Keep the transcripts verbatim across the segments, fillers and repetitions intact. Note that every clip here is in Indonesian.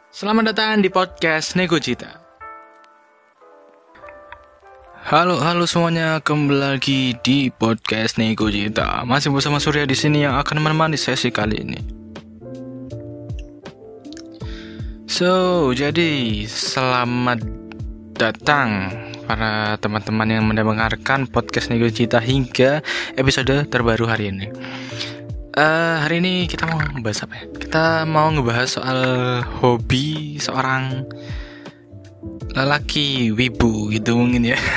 Selamat datang di podcast Nego Cita. Halo, halo semuanya, kembali lagi di podcast Nego Cita. Masih bersama Surya di sini yang akan menemani sesi kali ini. So, jadi selamat datang para teman-teman yang mendengarkan podcast Nego Cita hingga episode terbaru hari ini. Uh, hari ini kita mau ngebahas apa ya? Kita mau ngebahas soal hobi seorang lelaki wibu gitu mungkin ya.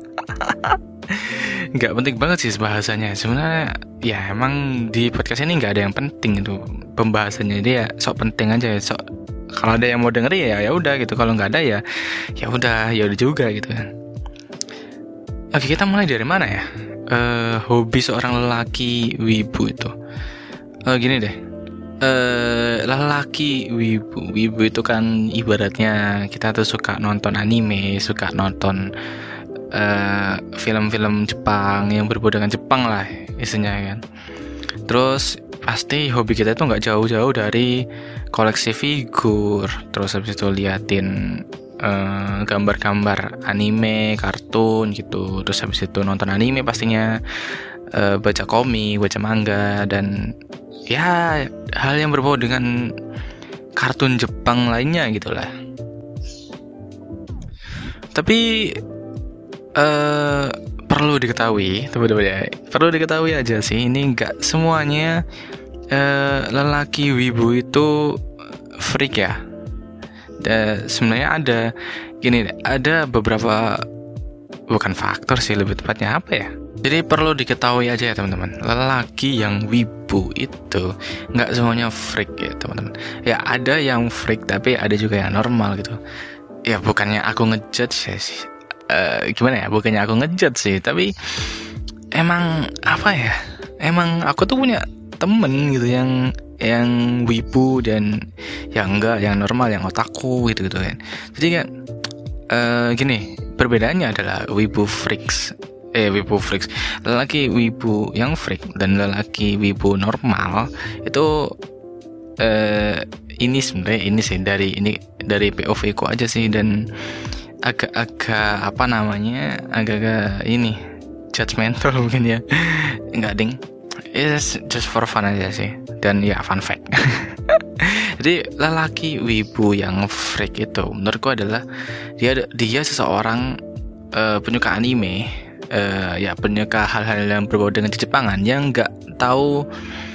Nggak penting banget sih bahasanya. Sebenarnya ya emang di podcast ini nggak ada yang penting itu pembahasannya. Dia sok penting aja. Sok kalau ada yang mau denger ya ya udah gitu. Kalau nggak ada ya ya udah ya udah juga gitu kan. Oke, kita mulai dari mana ya? Uh, hobi seorang lelaki wibu itu. Oh gini deh, uh, lelaki wibu, wibu itu kan ibaratnya kita tuh suka nonton anime, suka nonton uh, film-film Jepang yang berbau dengan Jepang lah isinya kan. Terus pasti hobi kita itu nggak jauh-jauh dari koleksi figur, terus habis itu liatin uh, gambar-gambar anime, kartun gitu, terus habis itu nonton anime pastinya, uh, baca komik, baca manga dan ya hal yang berbau dengan kartun Jepang lainnya gitulah. Tapi uh, perlu diketahui, teman-teman, perlu diketahui aja sih, ini nggak semuanya uh, lelaki wibu itu freak ya. Da, sebenarnya ada gini, ada beberapa bukan faktor sih, lebih tepatnya apa ya? Jadi perlu diketahui aja ya teman-teman, lelaki yang wibu itu nggak semuanya freak ya teman-teman. Ya ada yang freak tapi ada juga yang normal gitu. Ya bukannya aku ngejudge ya sih, uh, gimana ya? Bukannya aku ngejudge sih, tapi emang apa ya? Emang aku tuh punya temen gitu yang yang wibu dan yang enggak, yang normal, yang otaku gitu gitu kan. Jadi kan uh, gini, perbedaannya adalah wibu freaks. Eh wibu freaks, lelaki wibu yang freak dan lelaki wibu normal itu eh, ini sebenarnya ini sih dari ini dari P O V ku aja sih, dan agak-agak apa namanya agak-agak ini judgmental mungkin ya. Enggak ding, it's just for fun aja sih, dan ya fun fact. Jadi lelaki wibu yang freak itu menurutku adalah dia dia seseorang uh, penyuka anime. Uh, ya penyuka hal-hal yang berbau dengan Jepangan yang nggak tahu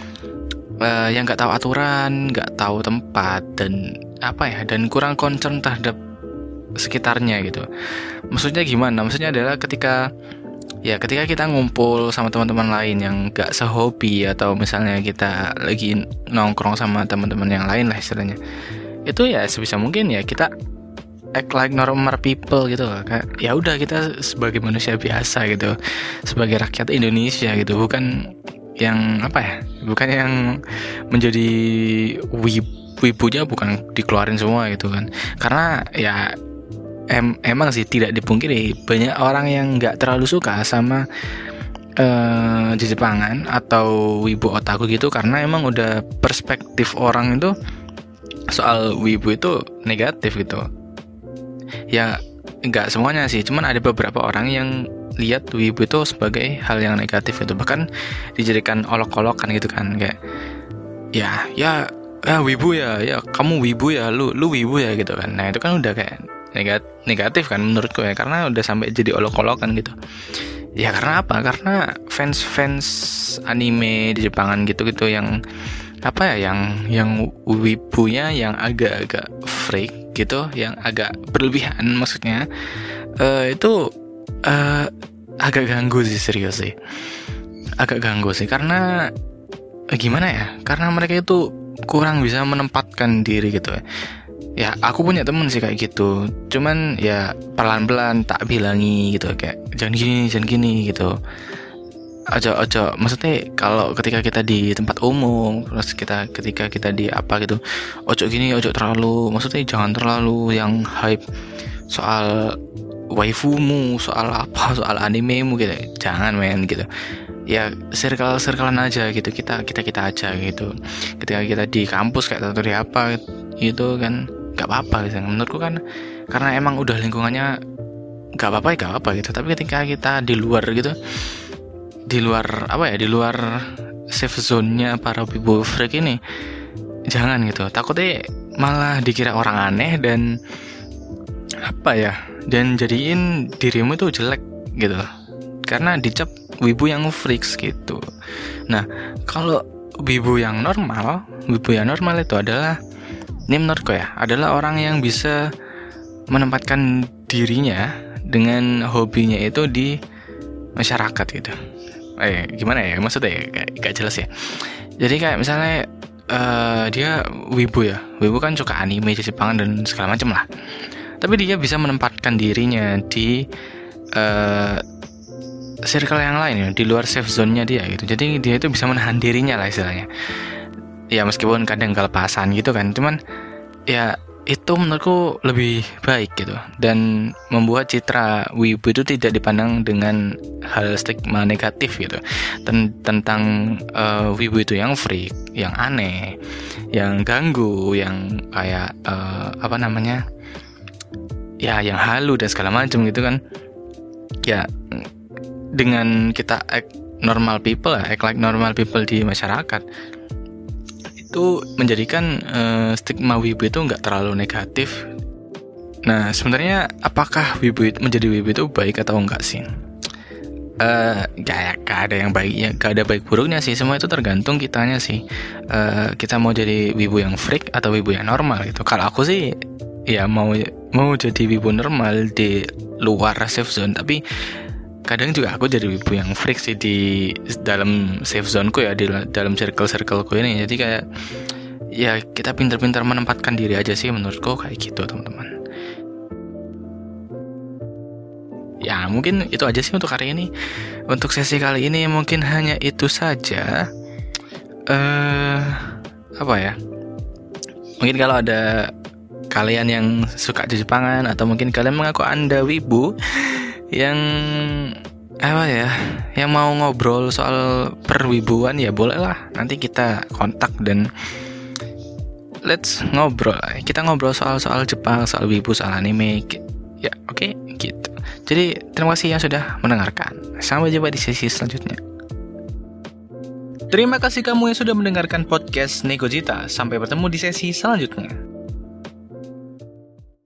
uh, yang nggak tahu aturan, nggak tahu tempat dan apa ya, dan kurang concern terhadap sekitarnya gitu. Maksudnya gimana? Maksudnya adalah ketika ya ketika kita ngumpul sama teman-teman lain yang nggak sehobi, atau misalnya kita lagi nongkrong sama teman-teman yang lain lah istilahnya, itu ya sebisa mungkin ya kita act like normal people gitu, kayak ya udah kita sebagai manusia biasa gitu, sebagai rakyat Indonesia gitu, bukan yang apa ya, bukan yang menjadi wib, wibunya bukan dikeluarin semua gitu kan. Karena ya em, emang sih tidak dipungkiri banyak orang yang nggak terlalu suka sama uh, Jepangan atau wibu otaku gitu, karena emang udah perspektif orang itu soal wibu itu negatif gitu. Ya nggak semuanya sih, cuman ada beberapa orang yang lihat wibu itu sebagai hal yang negatif itu, bahkan dijadikan olok-olokan gitu kan, kayak ya ya ya wibu ya ya kamu wibu ya lu lu wibu ya gitu kan. Nah itu kan udah kayak negatif, negatif kan menurutku ya, karena udah sampai jadi olok-olokan gitu. Ya karena apa? Karena fans-fans anime di Jepangan gitu-gitu yang apa ya, yang yang wibunya yang agak-agak freak gitu, yang agak berlebihan maksudnya, uh, itu uh, agak ganggu sih, serius sih, agak ganggu sih, karena uh, gimana ya, karena mereka itu kurang bisa menempatkan diri gitu ya. Ya aku punya temen sih kayak gitu, cuman ya pelan-pelan tak bilangi gitu, kayak jangan gini jangan gini gitu. Ojo-ojo, maksudnya kalau ketika kita di tempat umum, terus kita ketika kita di apa gitu, ojo gini, ojo terlalu, maksudnya jangan terlalu yang hype soal waifumu, soal apa, soal animemu gitu, jangan men gitu. Ya circle-circlean aja gitu, kita kita kita aja gitu. Ketika kita di kampus kayak atau di apa gitu kan, gak apa-apa gitu. Menurutku kan karena emang udah lingkungannya gak apa-apa ya gak apa gitu. Tapi ketika kita di luar gitu, di luar apa ya, di luar safe zone-nya para wibu freak ini, jangan gitu. Takutnya malah dikira orang aneh dan apa ya, dan jadiin dirimu itu jelek gitu karena dicap wibu yang freaks gitu. Nah, kalau wibu yang normal, wibu yang normal itu adalah, ini menurutku ya, adalah orang yang bisa menempatkan dirinya dengan hobinya itu di masyarakat gitu. Eh, gimana ya maksudnya ya, gak, gak jelas ya. Jadi kayak misalnya uh, dia wibu ya, wibu kan suka anime, Jepangan dan segala macam lah. Tapi dia bisa menempatkan dirinya di uh, circle yang lain ya, di luar safe zone-nya dia gitu. Jadi dia itu bisa menahan dirinya lah istilahnya. Ya meskipun kadang kelepasan gitu kan, cuman ya itu menurutku lebih baik gitu, dan membuat citra wibu itu tidak dipandang dengan hal stigma negatif gitu. Ten- tentang uh, wibu itu yang freak, yang aneh, yang ganggu, yang kayak uh, apa namanya, ya yang halu dan segala macam gitu kan. Ya dengan kita act normal people lah, act like normal people di masyarakat, itu menjadikan uh, stigma wibu itu nggak terlalu negatif. Nah, sebenarnya apakah wibu itu, menjadi wibu itu baik atau enggak sih? Uh, gak, gak ada yang baiknya, gak ada baik buruknya sih. Semua itu tergantung kitanya sih. Uh, kita mau jadi wibu yang freak atau wibu yang normal gitu. Kalau aku sih, ya mau mau jadi wibu normal di luar safe zone. Tapi kadang juga aku jadi wibu yang freak sih di dalam safe zone ku ya, di dalam circle-circle ku ini. Jadi kayak ya kita pintar-pintar menempatkan diri aja sih menurutku, kayak gitu teman-teman. Ya mungkin itu aja sih untuk hari ini. Untuk sesi kali ini mungkin hanya itu saja. Eh uh, apa ya? Mungkin kalau ada kalian yang suka Jepangan atau mungkin kalian mengaku Anda wibu yang apa ya, yang mau ngobrol soal perwibuan, ya boleh lah, nanti kita kontak dan let's ngobrol. Kita ngobrol soal-soal Jepang, soal wibu, soal anime. Ya, oke, okay, gitu. Jadi terima kasih yang sudah mendengarkan. Sampai jumpa di sesi selanjutnya. Terima kasih kamu yang sudah mendengarkan podcast Negojita. Sampai bertemu di sesi selanjutnya.